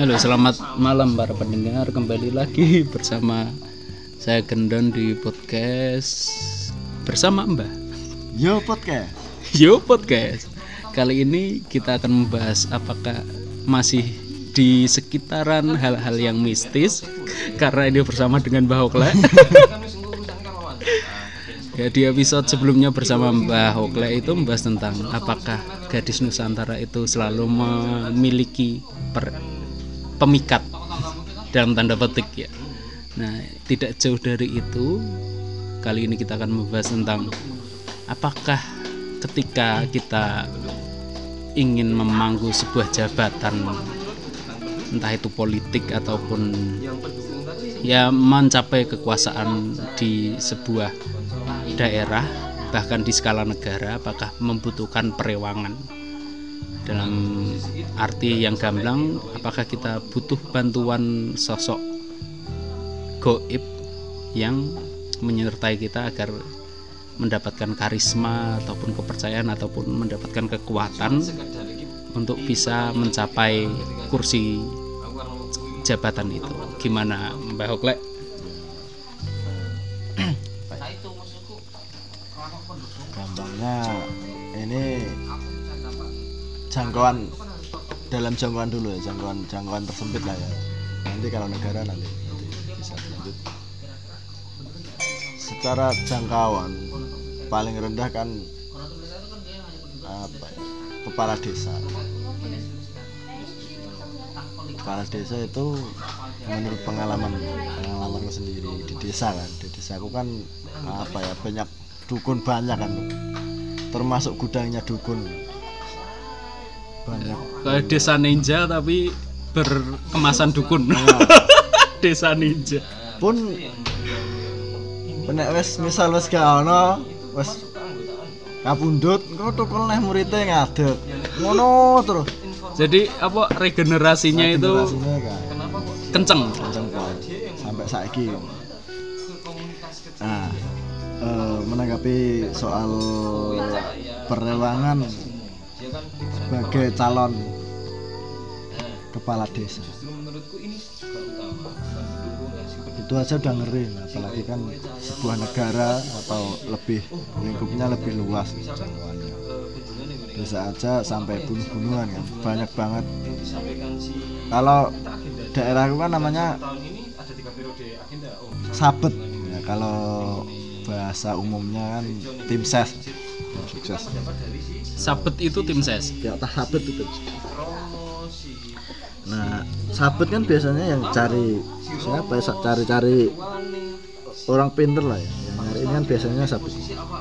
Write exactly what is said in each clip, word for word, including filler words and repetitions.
Halo, selamat malam para pendengar. Kembali lagi bersama saya Gendon di podcast bersama Mbah. Yo podcast. Yo podcast. Kali ini kita akan membahas apakah masih di sekitaran hal-hal yang mistis, karena ini bersama dengan Mbah Hokle. Ya, di episode sebelumnya bersama Mbah Hokle itu membahas tentang apakah gadis Nusantara itu selalu memiliki per, pemikat dalam tanda petik ya. Nah, tidak jauh dari itu, kali ini kita akan membahas tentang apakah ketika kita ingin memangku sebuah jabatan, entah itu politik ataupun ya mencapai kekuasaan di sebuah daerah, bahkan di skala negara, apakah membutuhkan perewangan? Dalam arti yang gamblang, apakah kita butuh bantuan sosok gaib yang menyertai kita agar mendapatkan karisma ataupun kepercayaan ataupun mendapatkan kekuatan untuk bisa mencapai kursi jabatan itu? Gimana Mbak Hokle? Gampangnya ini jangkauan dalam jangkauan dulu ya, jangkauan jangkauan tersempit lah ya. Nanti kalau negara nanti, nanti bisa lanjut. Secara jangkauan paling rendah kan apa ya, kepala desa. Kepala desa itu menurut pengalaman pengalamanku sendiri di desa kan, di desaku kan apa ya, banyak dukun, banyak kan, termasuk gudangnya dukun banyak. Kayak desa ninja tapi berkemasan dukun. Nah. Desa ninja pun penek wis misal wis gak ono, wis kapundhut engko tukul neh muridé ngadeg ngono terus. Jadi apa regenerasinya, regenerasinya itu kan kenceng kenceng sampai saiki. Nah, eh, menanggapi soal perewangan sebagai calon kepala desa, itu aja udah ngeri, apalagi kan sebuah negara atau lebih lingkupnya lebih luas jangkauannya. Desa aja sampai bunuh-bunuhan kan, banyak banget. Kalau daerahku kan namanya sabet ya, kalau bahasa umumnya kan tim ses. Sukses. Sabet itu tim ses. Ya, tak sabet itu. Nah, sabet kan biasanya yang cari siapa ya, cari-cari orang pinter lah ya. Yang nyari ini kan biasanya sabet.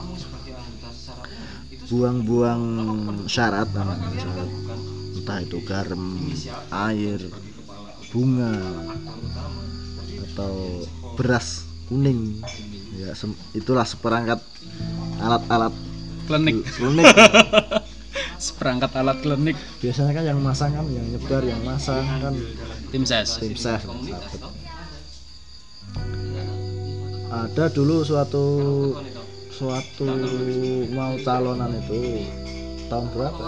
Buang-buang syarat namanya, syarat. Entah itu garam, air, bunga, atau beras kuning. Ya, itulah seperangkat alat-alat klinik. Klinik. Seperangkat alat klinik. Biasanya kan yang masang kan, yang nyebar, yang masang kan tim ses. Tim ses. Ada dulu suatu suatu mau calonan itu tahun berapa?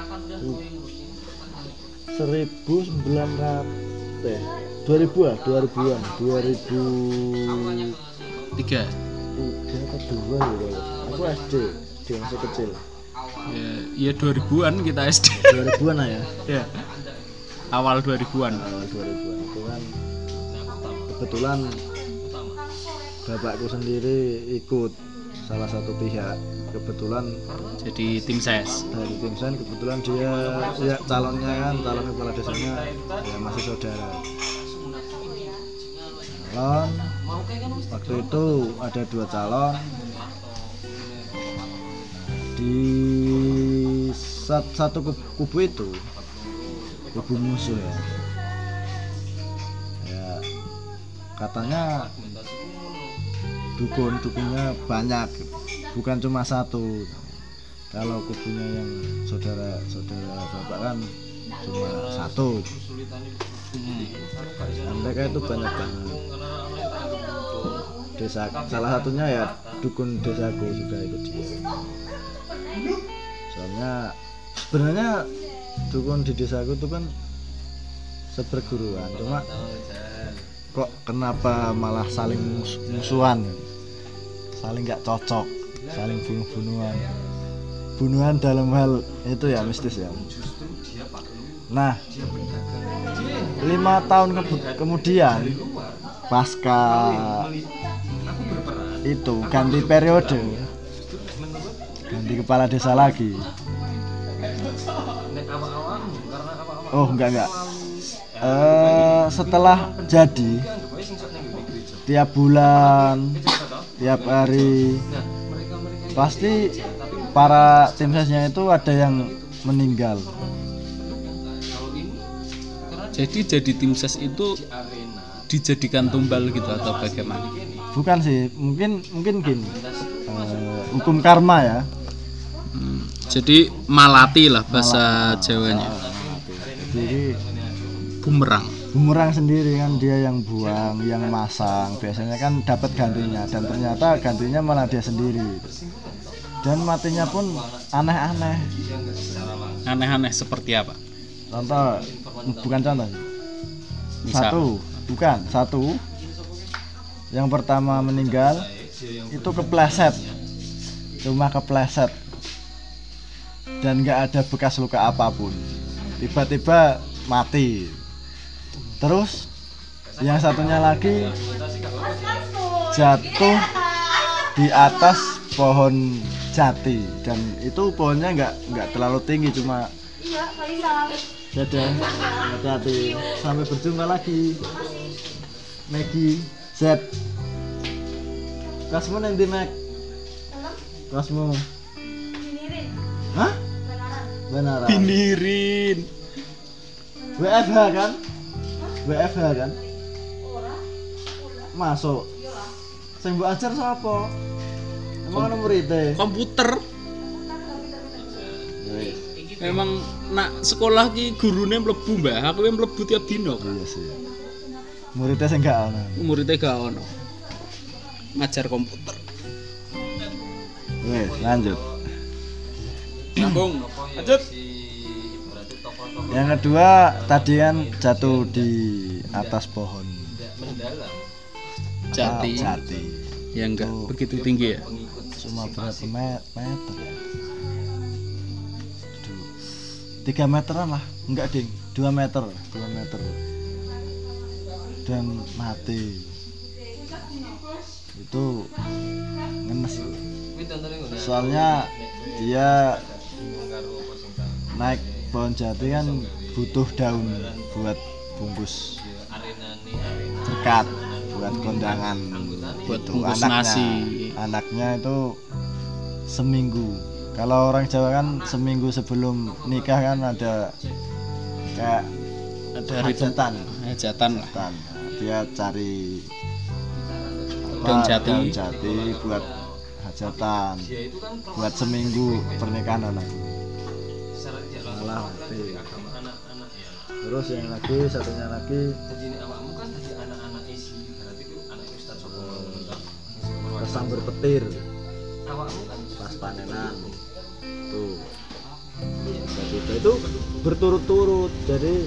seribu sembilan ratus eh dua ribu ah, dua ribuan, dua ribu tiga. tiga atau dua gitu. Aku S D, dia masih kecil. Ya, ya dua ribuan kita S D. dua ribuan lah ya. Ya. Awal dua ribuan. Awal dua ribuan itu kan kebetulan bapakku sendiri ikut salah satu pihak, kebetulan jadi tim ses. Dari tim ses kebetulan dia ya calonnya kan, calon kepala desanya ya masih saudara. Calon waktu itu ada dua calon. Di satu kubu itu kubu musuh ya. Ya katanya dukun dukunnya banyak, bukan cuma satu. Kalau kubunya yang saudara saudara bapak kan cuma satu. Nah, mereka itu banyak banget. Desa salah satunya ya dukun desaku juga ikut dia. Soalnya sebenarnya dukun di desaku itu kan seperguruan, cuma kok kenapa malah saling mus- musuhan, saling nggak cocok, saling bunuh-bunuhan, bunuhan dalam hal itu ya mistis ya. Nah, lima tahun ke- kemudian pasca itu ganti periode, ganti kepala desa lagi. Oh enggak enggak. Eh, setelah jadi tiap bulan, tiap hari pasti para tim sesnya itu ada yang meninggal. Jadi jadi tim ses itu dijadikan tumbal gitu atau bagaimana? Bukan sih, mungkin mungkin gini. Eh, hukum karma ya. Hmm, jadi malati lah bahasa Jawanya. Jadi Bumerang. bumerang sendiri kan, dia yang buang, yang masang, biasanya kan dapat gantinya, dan ternyata gantinya malah dia sendiri. Dan matinya pun aneh-aneh. Aneh-aneh seperti apa? Contoh, bukan contoh. Misal. Satu, bukan satu. Yang pertama meninggal itu kepleset, cuma kepleset, dan nggak ada bekas luka apapun. Tiba-tiba mati. Terus yang satunya lagi jatuh di atas pohon jati, dan itu pohonnya nggak nggak terlalu tinggi, cuma dadah, hati-hati. Sampai berjumpa lagi, Maggie Z. Kasmu nanti Mag. Kasmu. Hah? Beneran. Binirin. W F H kan? W F H kan? Masuk. Sing mbok ajar sapa? Emang ana murid-e? Komputer. Memang nak sekolah ki gurune mlebu, Mbah. Aku yang mlebu tiap dino. Iya sih. Muridnya sing gak ana. Muridnya gak ono. Ngajar komputer. Wes, lanjut. Sambung. Lanjut. Yang kedua tadi kan jatuh di atas pohon Jati. Ah, jati. Ya enggak Oh. begitu tinggi ya. Cuma berapa met- meter ya? Tiga meteran lah, enggak ding, dua meter, dua meter, dan mati. Itu ngenes. Soalnya dia naik pohon jati kan butuh daun buat bungkus cerkat, buat kondangan, Buat gitu. bungkus Anaknya, nasi. anaknya itu seminggu. Kalau orang Jawa kan seminggu sebelum nikah kan ada kayak Ada hajatan, hajatan lah. hajatan. Dia cari apa, Daun jati. daun jati buat hajatan, buat seminggu pernikahan anakku. Malah mati. Terus yang lagi satunya lagi kesambar petir pas panenan tuh. Jadi itu, itu berturut-turut, jadi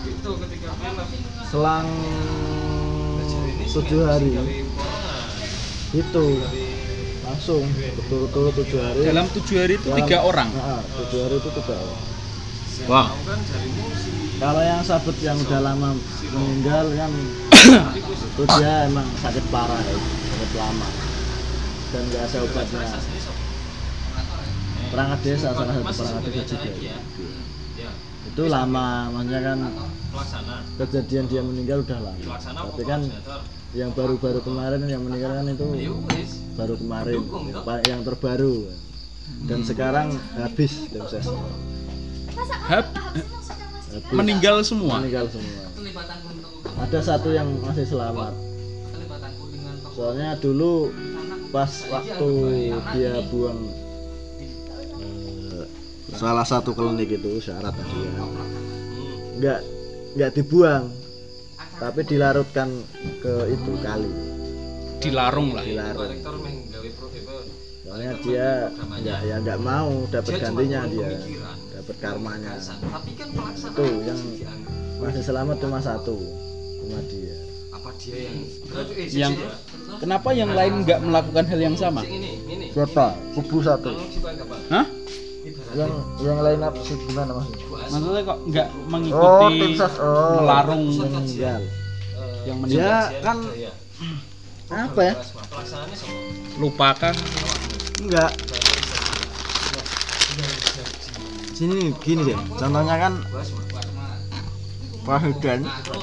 selang tujuh hari itu langsung berturut-turut tujuh hari. Dalam tujuh hari itu Dalam- tiga orang. Nah, tujuh hari itu tiga orang. Wah. Kalau yang sahabat yang udah lama meninggal kan itu dia emang sakit parah ya, sakit lama dan nggak ada obatnya. Perangkat desa, salah satu perangkat desa juga ya. Itu lama, maksudnya kan kejadian dia meninggal udah lama. Tapi kan yang baru-baru kemarin yang meninggal kan itu baru kemarin, yang- yang terbaru. Dan sekarang habis prosesnya. Hap, Habis. meninggal semua. Meninggal semua. Ada satu yang masih selamat. Soalnya dulu pas waktu dia buang eh, salah satu klinik itu syarat tadi ya, nggak nggak dibuang, tapi dilarutkan ke itu kali, Dilarung lah. dilarut. Soalnya dia nggak ya nggak mau dapat gantinya, dia dapat karmanya. Itu yang masih selamat cuma satu, cuma dia. Yang kenapa yang lain nggak melakukan hal yang sama? Siapa? Kubu satu. Hah? Yang yang lain apa sih, gimana maksudnya? Maksudnya kok nggak Oh, mengikuti tim ses oh, melarung yang meninggal. yang Ya meninggal? kan apa ya? Lupakan. Enggak. Sini gini deh. Contohnya kan Presiden.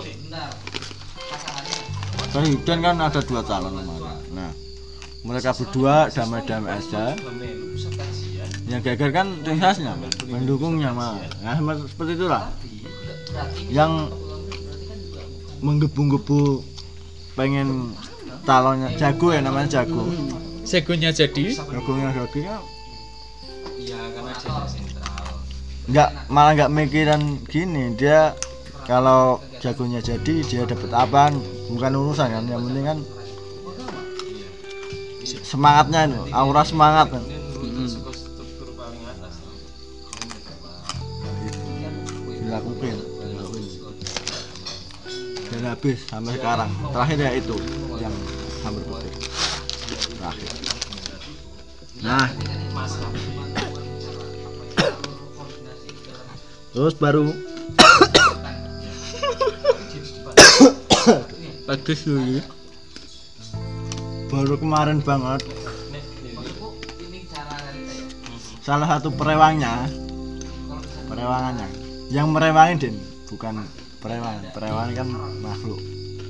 Presiden kan ada dua calon namanya. Nah, mereka berdua damai-damai aja. Yang gagal kan tim sesnya, mendukungnya mah. Nah, seperti itulah. Yang menggebu-gebu pengen calonnya jago ya, namanya jago. Segonya jadi Jagonya jadi ya. Nggak, malah nggak mikiran gini, dia kalau jagonya jadi dia dapat apa bukan urusan kan, yang penting kan semangatnya itu, aura semangat kan. Dilakukan, dilakukan. Dan habis sampai sekarang. Terakhir ya itu yang hampir putih. Terakhir. Nah, terus baru bagus dulu. baru kemarin banget salah satu perewangnya perewangannya yang merewangin din, bukan perewangan. Perewangan kan makhluk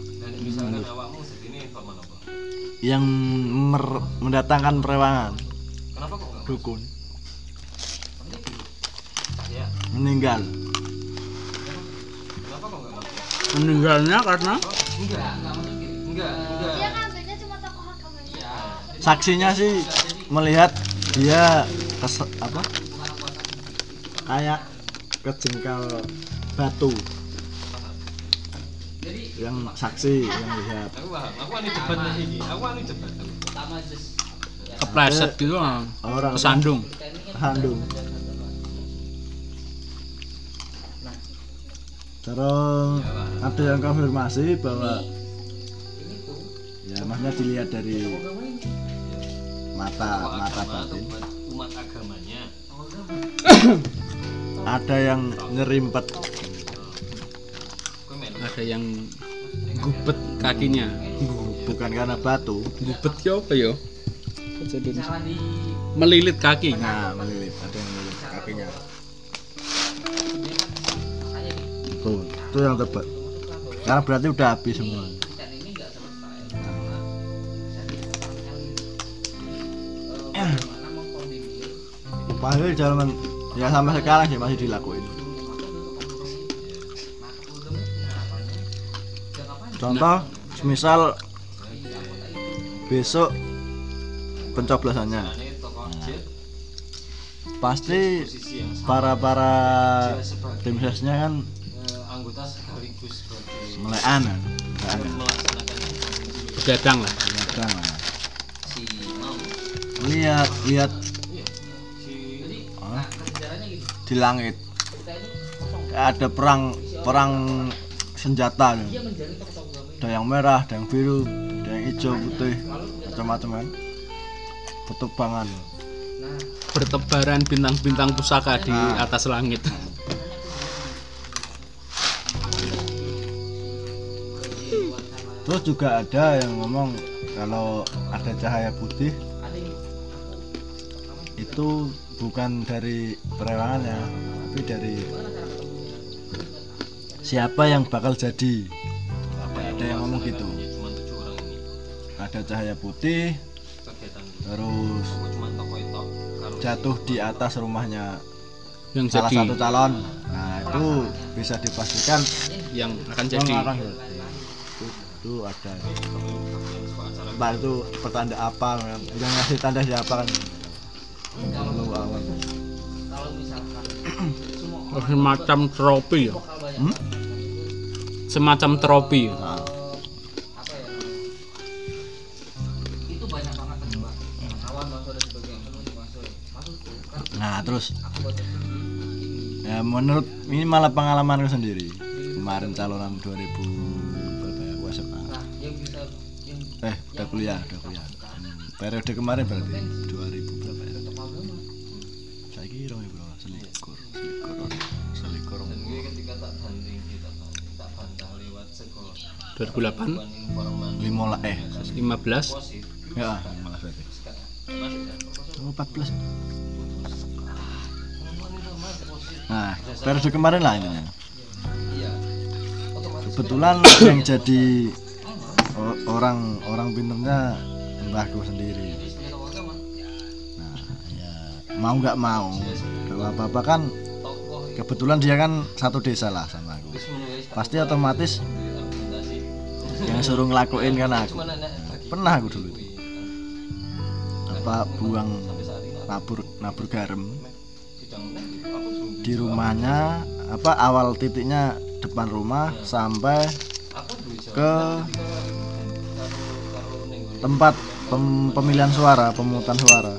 yang mer- mendatangkan perewangan, dukun meninggal. Meninggalnya karena saksinya sih melihat dia kes, apa kayak kejengkal batu, yang saksi yang lihat kepleset gitu lah, orang kesandung. handung. Terus ada yang konfirmasi bahwa ya maksudnya dilihat dari mata mata batin. Ada yang nyerimpet, Ada yang gubet kakinya. bukan karena batu. Gubet ya apa ya? Melilit kaki. Nah, melilit, ada yang melilit kakinya. Tuh, itu yang tebak. Karena berarti udah habis semua. Padahal jalan ya sampai sekarang sih masih dilakuin. Contoh, misal besok pencoblosannya, nah, pasti para para tim sesnya kan melekan kan, Begadang lah. begadang lah. Lihat lihat oh, di langit ada perang perang senjata nih. Ada yang merah, ada yang biru, ada yang hijau, putih, macam-macam kan. Petubangan. Bertebaran bintang-bintang pusaka di atas langit. Terus juga ada yang ngomong kalau ada cahaya putih itu bukan dari perewangannya, tapi dari siapa yang bakal jadi. Ada yang ngomong gitu. Ada cahaya putih terus jatuh di atas rumahnya Yang salah jadi satu calon. Nah, itu bisa dipastikan yang akan yang jadi. akan jadi. Itu, itu ada. Entah itu pertanda apa, yang ngasih tanda siapa kan. Lalu awan. Semacam tropi ya. Hmm? Semacam tropi ya. Nah, Nah terus ya menurut ini malah pengalamanku sendiri kemarin calonan dua ribu berapa ya? Gua S M A. Eh, udah kuliah, udah kuliah. Hmm, periode kemarin berarti dua ribu berapa ya? Saiki rong ya, Bro. Selikur, selikur, selikur. dua ribu delapan lima lah eh lima belas ya lima belas berarti. Oh, empat belas. Nah, periode kemarin lah ini. Kebetulan yang jadi orang orang pinternya mbahku sendiri. Nah, ya mau nggak mau kalau apa-apa kan kebetulan dia kan satu desa lah sama aku. Pasti otomatis yang suruh ngelakuin kan aku. Pernah aku dulu itu. Apa buang nabur nabur garam di rumahnya, apa awal titiknya depan rumah sampai ke tempat pem, pemilihan suara, pemungutan suara.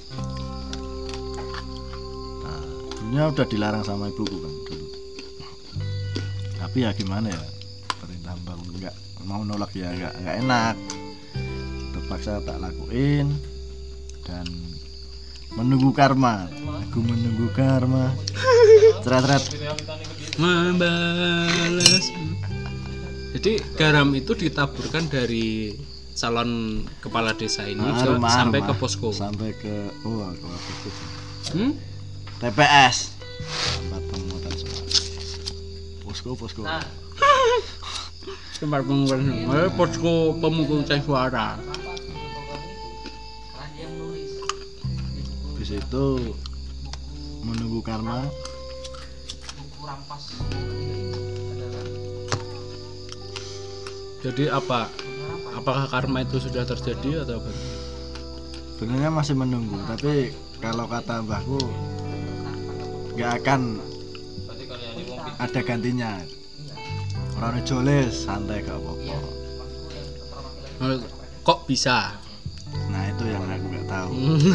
Nah, dulunya udah dilarang sama ibuku kan dulu. Tapi ya gimana ya, perintah mbak nggak mau nolak ya nggak nggak enak. Terpaksa tak lakuin dan menunggu karma. Aku menunggu karma. Ceret-ceret. Membalas. Jadi garam itu ditaburkan dari calon kepala desa ini Ah, ke- rumah, sampai rumah. ke posko. Sampai ke oh ke posko. Hmm? T P S. Tempat pemungutan suara. Posko posko. Tempat pemungutan suara. Posko pemungutan suara. Habis itu menunggu karma. Jadi apa? Apakah karma itu sudah terjadi atau apa? Sebenarnya masih menunggu, tapi kalau kata mbahku nggak akan ada gantinya. Orang joles santai gak apa-apa. Kok bisa? Nah itu yang aku nggak tahu.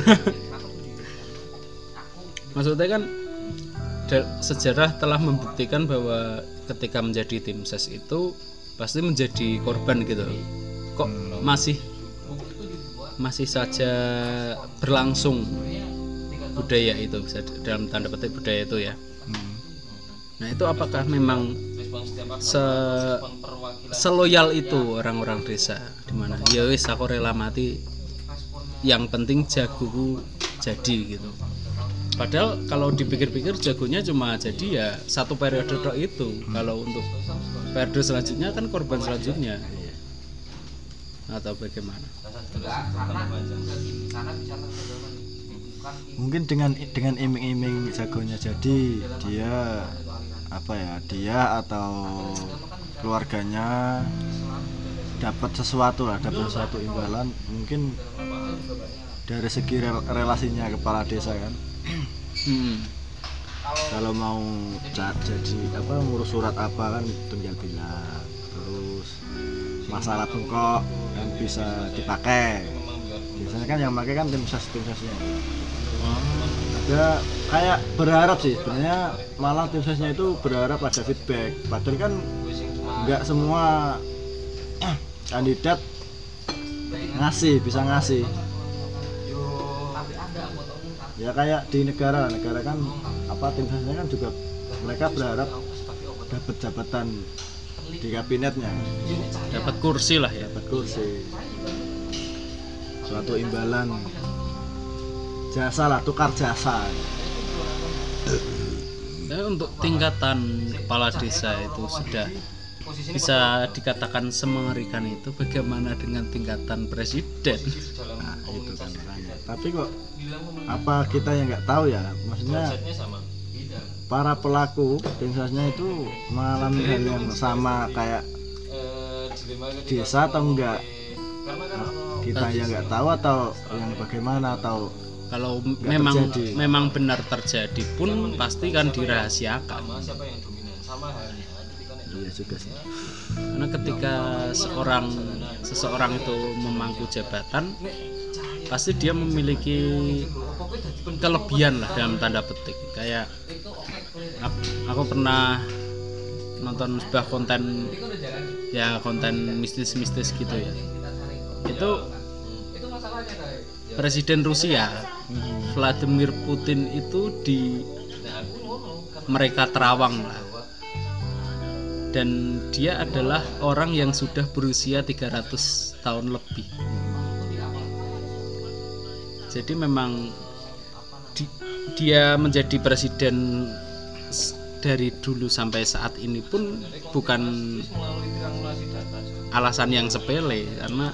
Maksudnya kan da- sejarah telah membuktikan bahwa ketika menjadi tim ses itu pasti menjadi korban gitu. Kok masih masih saja berlangsung budaya itu, dalam tanda petik budaya itu ya. Hmm. Nah itu apakah memang se seloyal itu orang-orang desa, dimana ya wis aku rela mati, yang penting jagoku jadi gitu. Padahal kalau dipikir-pikir jagonya cuma jadi ya satu periode tok itu. Kalau untuk periode selanjutnya kan korban selanjutnya. Atau bagaimana? Mungkin dengan dengan iming-iming jagonya jadi dia apa ya dia atau keluarganya dapat sesuatu lah, dapat sesuatu imbalan mungkin dari segi rel- relasinya kepala desa kan. Hmm. Kalau mau ca- jadi apa ngurus surat apa kan tinggal bilang, terus masalah bengkok yang bisa dipakai biasanya kan yang pakai kan tim ses tim sesnya ada kayak berharap sih sebenarnya, malah tim sesnya itu berharap ada feedback padahal kan nggak semua kandidat ngasih bisa ngasih ya kayak di negara negara kan apa tim sesnya kan juga mereka berharap dapat jabatan di kabinetnya, Dapat kursi lah ya. dapat kursi, suatu imbalan jasa lah, tukar jasa. Nah, untuk tingkatan kepala desa itu sudah bisa dikatakan semengerikan itu, bagaimana dengan tingkatan presiden? Nah itu kan makanya. Tapi kok apa kita yang nggak tahu ya, maksudnya para pelaku densasnya itu mengalami hal yang sama kayak desa atau enggak, kita yang nggak tahu atau yang bagaimana, atau Kalau Nggak memang terjadi. memang benar terjadi pun pasti kan dirahasiakan. iya juga sih. Karena ketika seorang seseorang itu memangku jabatan, pasti dia memiliki kelebihan lah dalam tanda petik. Kayak ap- aku pernah nonton sebuah konten ya konten mistis-mistis gitu ya. Itu Presiden Rusia Vladimir Putin itu di mereka terawang lah. Dan dia adalah orang yang sudah berusia tiga ratus tahun lebih. Jadi memang di, dia menjadi presiden dari dulu sampai saat ini pun bukan alasan yang sepele, karena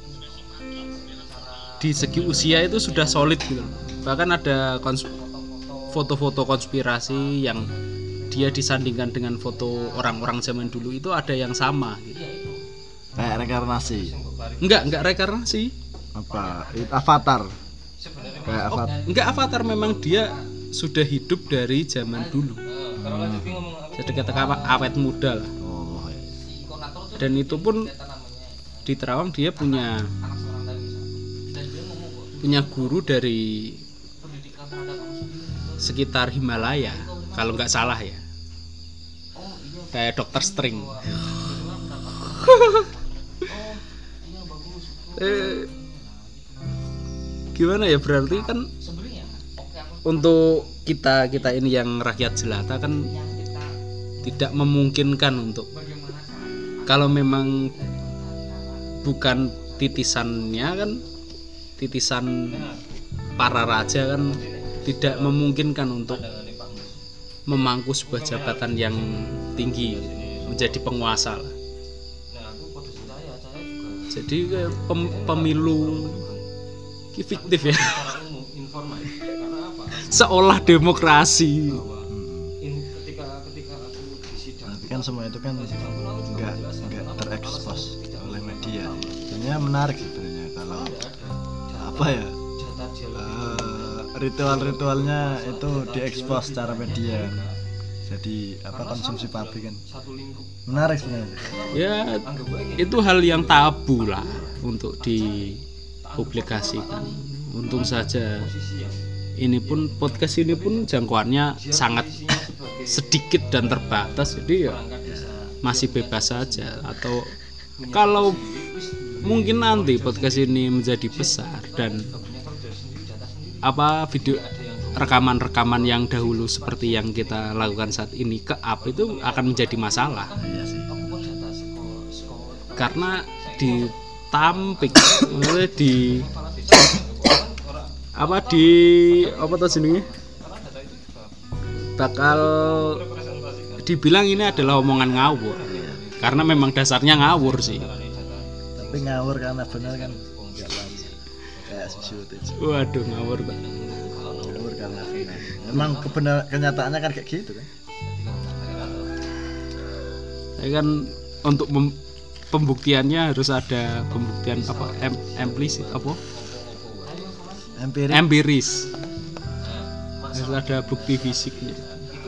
di segi usia itu sudah solid gitu. Bahkan ada kons- foto-foto konspirasi yang dia disandingkan dengan foto orang-orang zaman dulu itu ada yang sama gitu. Kayak reinkarnasi. Enggak, enggak reinkarnasi. Apa? Avatar. Kayak Oh, avatar. enggak avatar, memang dia sudah hidup dari zaman dulu. Hmm. Jadi kata apa awet muda lah. Oh. Dan itu pun di Terawang dia punya punya guru dari sekitar Himalaya kalau nggak salah ya, kayak dokter String. eh, gimana ya, berarti kan untuk kita kita ini yang rakyat jelata kan tidak memungkinkan untuk, kalau memang bukan titisannya kan, titisan para raja kan tidak memungkinkan untuk memangku sebuah jabatan yang tinggi, menjadi penguasa lah. Jadi kayak pem, pemilu fiktif ya, seolah demokrasi. Tapi kan semua itu kan nggak nggak terekspos oleh media. Sebenarnya menarik sebenarnya kalau apa ya, uh, ritual-ritualnya itu diekspos secara media. Jadi apa, konsumsi publik kan menarik sebenarnya. Ya itu hal yang tabu lah untuk dipublikasikan. Untung saja ini pun podcast ini pun jangkauannya sangat sedikit dan terbatas, jadi ya masih bebas saja. Atau kalau mungkin nanti podcast ini menjadi besar dan apa video rekaman-rekaman yang dahulu seperti yang kita lakukan saat ini ke up, itu akan menjadi masalah. Karena ditampik oleh di apa di apa tuh sini bakal dibilang ini adalah omongan ngawur, karena memang dasarnya ngawur sih. Tapi ngawur karena benar kan enggak lagi kayak sesuatu. Waduh, ngawur tak. Ngawur karena benar. Memang kebenar kenyataannya kan kayak gitu kan. Ya kan untuk mem- pembuktiannya harus ada pembuktian apa em- implisit apa Empirik. empiris, harus ada bukti fisiknya.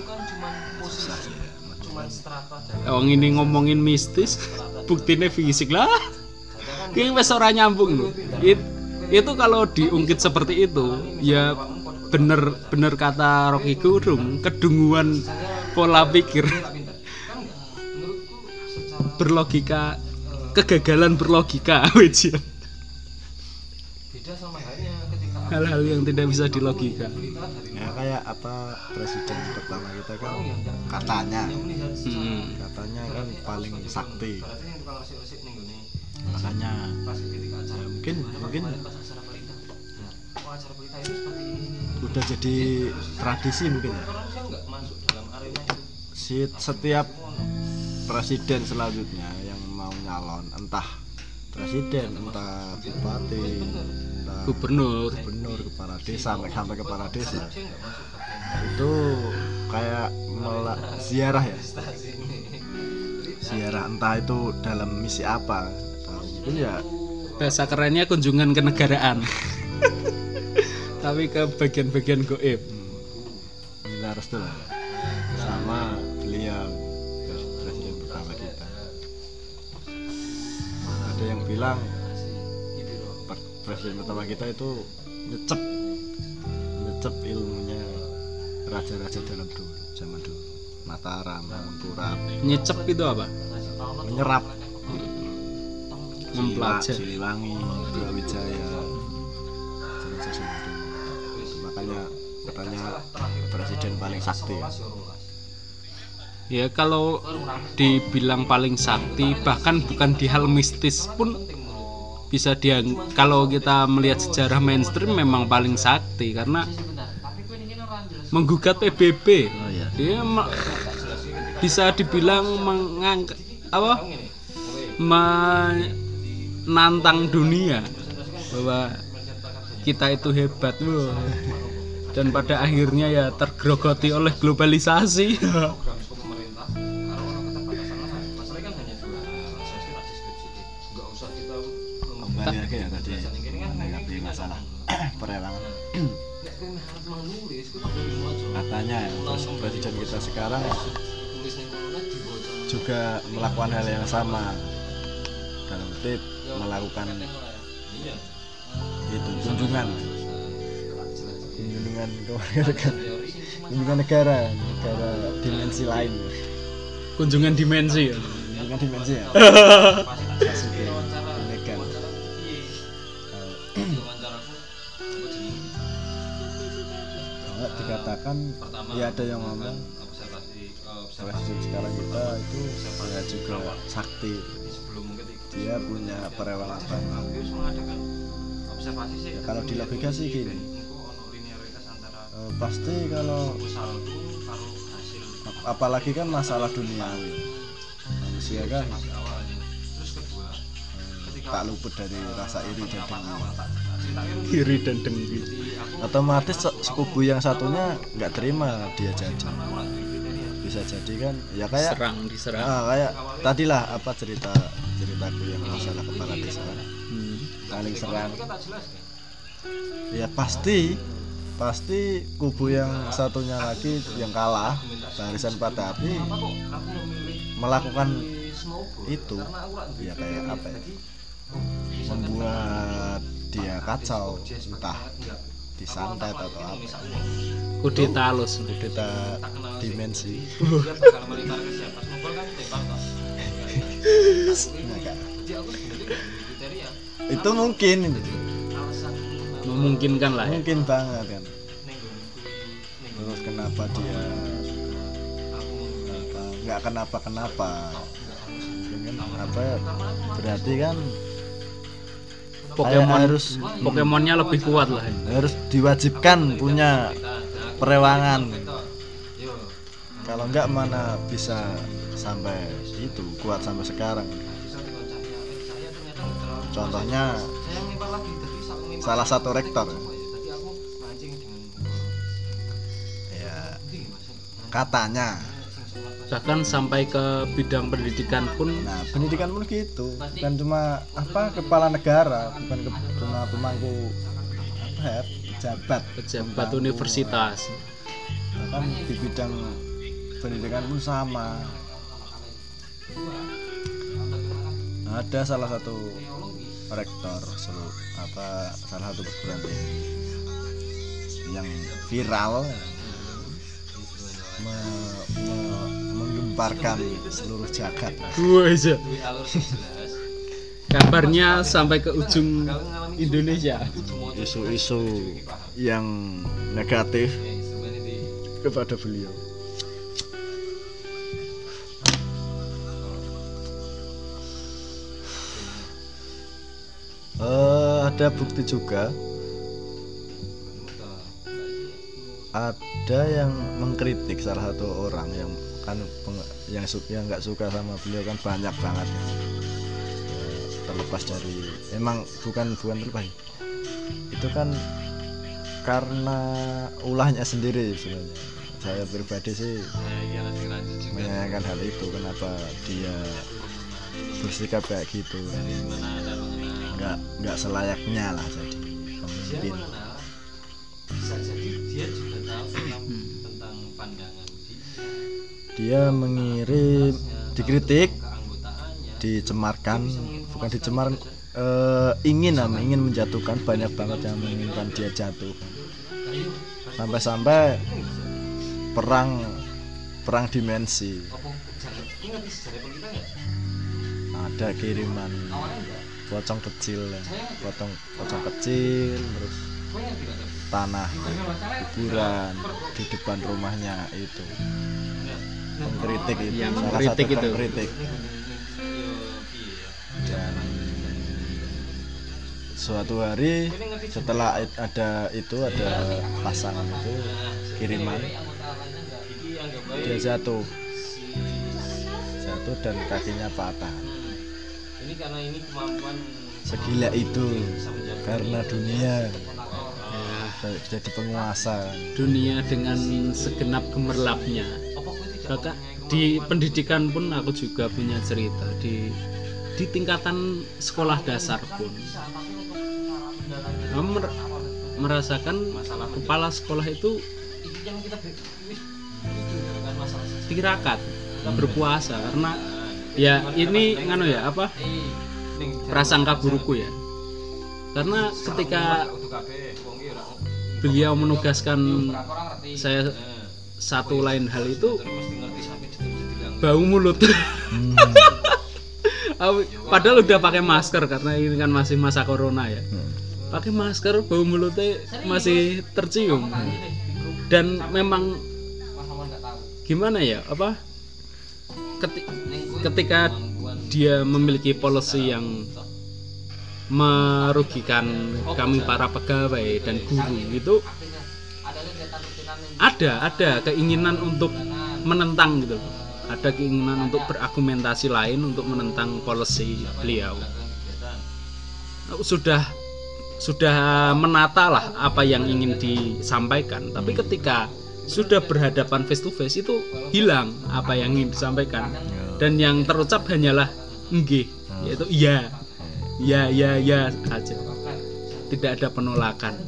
Wong ini ngomongin mistis, buktinya fisik lah. Ini wes ora nyambung loh. It, itu kalau diungkit seperti itu, ya bener-bener kata Rocky Gerung, kedunguan pola pikir, berlogika, kegagalan berlogika, wajib. Hal-hal yang tidak bisa dilogika. Ya kayak apa, presiden pertama kita kan katanya Hmm. katanya kan paling sakti, makanya ya mungkin mungkin udah jadi tradisi mungkin ya, si setiap presiden selanjutnya yang mau nyalon, entah presiden, entah bupati, entah Gubernur, gubernur, kepala desa, sampai sampai kepala desa, itu kayak melak ziarah ya, ziarah entah itu dalam misi apa, atau mungkin ya bahasa kerennya kunjungan kenegaraan. Tapi ke bagian-bagian goib. hmm, minta restu lah sama beliau presiden pertama kita. Ada yang bilang presiden pertama kita itu nyecep nyecep ilmunya raja-raja dalam dulu, zaman dulu. Mataram, Mangkurat. Nyecep itu apa? Menyerap. Mempelajari. Siliwangi, Brawijaya. Makanya katanya presiden paling sakti ya. Ya kalau dibilang paling sakti, bahkan bukan di hal mistis pun bisa dia, kalau kita melihat sejarah mainstream memang paling sakti karena menggugat P B B. Oh, iya. Dia ma- bisa dibilang mengangkat apa? Menantang dunia bahwa kita itu hebat, wow. Dan pada akhirnya ya tergerogoti oleh globalisasi. Kembali lagi ya tadi menanggapi masalah perewangan. Katanya ya, presiden kita sekarang juga melakukan hal yang sama, dalam kutip melakukan itu kunjungan kunjungan ke negara, kunjungan negara negara dimensi lain, Kunjungan dimensi ya. kunjungan dimensi ya. Masuki ilegal. Nggak dikatakan ya, ada yang ngomong presiden sekarang kita itu ya juga sakti, dia punya perewangan banyak. Ya, kalau di logika sih gini, e, pasti kalau apalagi kan masalah duniawi, manusia kan e, tak luput dari rasa iri dan dengki. Iri dan dengki. Otomatis se- sekubu yang satunya nggak terima dia jadi, bisa jadi kan ya kayak Serang diserang. ah, kayak tadilah apa cerita ceritaku yang masalah kepala desa Hmm. saling serang. Ya pasti pasti kubu yang satunya lagi yang kalah, barisan pada api melakukan itu ya kayak apa ya, membuat dia kacau, entah disantet atau apa, Kudeta halus. kudeta dimensi. Nah, Kak. Itu mungkin Memungkinkan lah ya. mungkin banget kan. Terus kenapa dia apa, nggak kenapa kenapa mungkin kan apa ya, berarti kan Pokemon harus Pokemonnya lebih kuat lah ya. harus diwajibkan punya perewangan. Kalau enggak mana bisa sampai itu kuat sampai sekarang. Contohnya salah satu rektor ya katanya, Bahkan sampai ke bidang pendidikan pun. nah pendidikan pun gitu, bukan cuma apa kepala negara, bukan ke, cuma pemangku apa ya, pejabat Pejabat pemangku, universitas. bahkan di bidang pendidikan pun sama. Ada salah satu rektor seluruh apa salah satu perguruan tinggi yang viral me, me, menggemparkan seluruh jagat. Wah, iya. Kabarnya sampai ke ujung Indonesia. Isu-isu yang negatif kepada beliau. Uh, ada bukti juga, ada yang mengkritik salah satu orang yang kan peng- yang su- yang nggak suka sama beliau kan banyak banget ya. Ya, terlepas dari emang bukan bukan terlepas itu kan karena ulahnya sendiri sebenarnya. Saya pribadi sih menyayangkan hal itu, kenapa dia bersikap kayak gitu, nggak nggak selayaknya lah jadi pemimpin. Dia mengirim, dikritik, dicemarkan, bukan dicemar, eh, ingin nama ingin menjatuhkan, banyak banget yang menginginkan dia jatuh, sampai-sampai perang perang dimensi. Ada kiriman pocong kecil, pocong pocong kecil, terus tanah kuburan di depan rumahnya itu. Pengkritik itu, Yang salah kritik satu itu. pengkritik. Dan suatu hari setelah ada itu ada pasangan itu kiriman, dia jatuh jatuh dan kakinya patah. Segila itu karena dunia Ya, jadi penguasa. dunia dengan segenap gemerlapnya. Kakak di pendidikan pun aku juga punya cerita di di tingkatan sekolah dasar pun. Kamu mer- merasakan kepala sekolah itu tirakat berpuasa karena ya ini nganu ya apa prasangka burukku ya, karena ketika beliau menugaskan saya satu lain hal itu bau mulut. Hmm. Padahal udah pakai masker karena ini kan masih masa corona ya. Hmm. Pakai masker bau mulutnya masih tercium. Dan memang gimana ya apa keti- ketika dia memiliki policy yang merugikan kami para pegawai dan guru itu ada ada keinginan untuk menentang gitu, ada keinginan untuk berargumentasi lain untuk menentang policy beliau. Sudah sudah menata lah apa yang ingin disampaikan, tapi ketika sudah berhadapan face to face itu hilang apa yang ingin disampaikan, dan yang terucap hanyalah nggih, yaitu iya ya ya ya aja, tidak ada penolakan.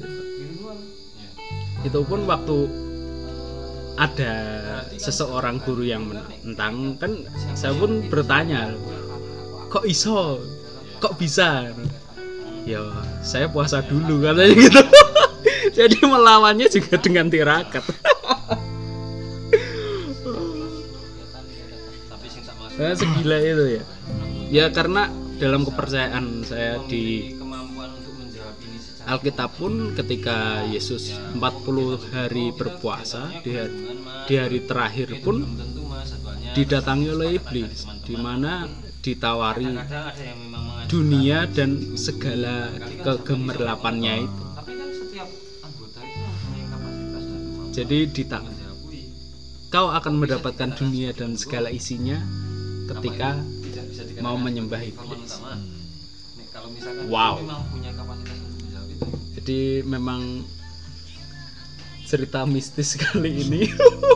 Itu pun waktu ada seseorang guru yang menentang kan saya pun bertanya, kok iso, kok bisa, ya saya puasa dulu katanya gitu. Jadi melawannya juga dengan tirakat. Nah, segila itu ya. Ya karena dalam kepercayaan saya di Alkitab pun ketika Yesus empat puluh hari berpuasa, di hari, di hari terakhir pun didatangi oleh iblis, di mana ditawari dunia dan segala kegemerlapannya itu. Jadi dita- kau akan mendapatkan dunia dan segala isinya ketika mau menyembah iblis. Wow. Jadi memang cerita mistis kali ini.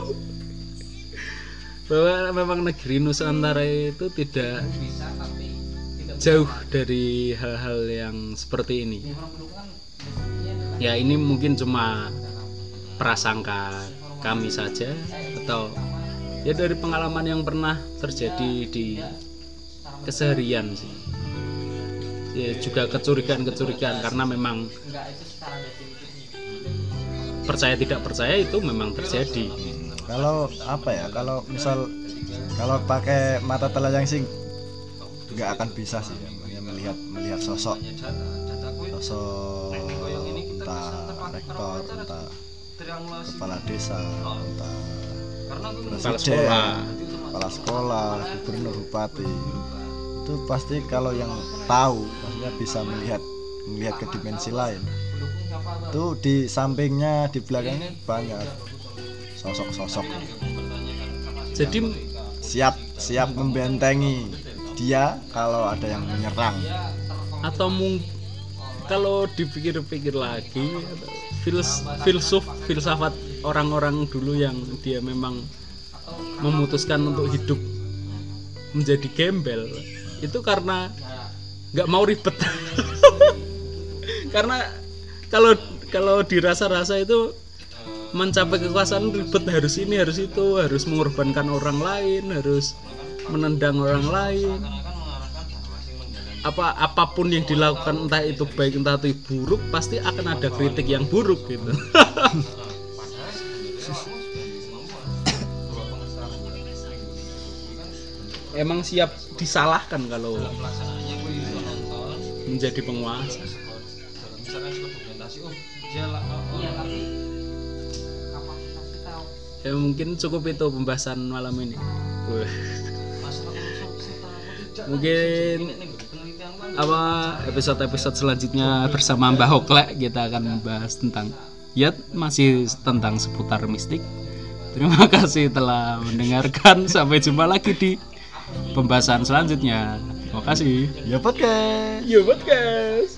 Bahwa memang negeri Nusantara itu tidak jauh dari hal-hal yang seperti ini. Ya ini mungkin cuma prasangka kami saja, atau ya dari pengalaman yang pernah terjadi di keseharian sih. Ya juga kecurigaan-kecurigaan karena memang percaya tidak percaya itu memang terjadi. Kalau apa ya, kalau misal kalau pakai mata telanjang sih nggak akan bisa sih ya, melihat melihat sosok sosok entah rektor, entah kepala desa, entah Kepala sekolah, kepala sekolah, gubernur, bupati, itu pasti kalau yang tahu maksudnya bisa melihat melihat ke dimensi lain. Itu di sampingnya, di belakangnya banyak sosok-sosok. Jadi Siap siap membentengi dia kalau ada yang menyerang. atau mungkin kalau dipikir-pikir lagi, fils filsuf filsafat orang-orang dulu yang dia memang memutuskan untuk hidup menjadi gembel itu karena nggak mau ribet. Karena kalau kalau dirasa-rasa itu mencapai kekuasaan ribet, harus ini harus itu, harus mengorbankan orang lain, harus menendang orang lain, apa apapun yang dilakukan entah itu baik entah itu buruk pasti akan ada kritik yang buruk gitu. emang siap disalahkan kalau menjadi penguasa. Ya mungkin cukup itu pembahasan malam ini. Wah. Mungkin apa episode-episode selanjutnya bersama Mbah Oklek kita akan membahas tentang ya masih tentang seputar mistik. Terima kasih telah mendengarkan. Sampai jumpa lagi di pembahasan selanjutnya. Terima kasih. Ya podcast. Ya podcast.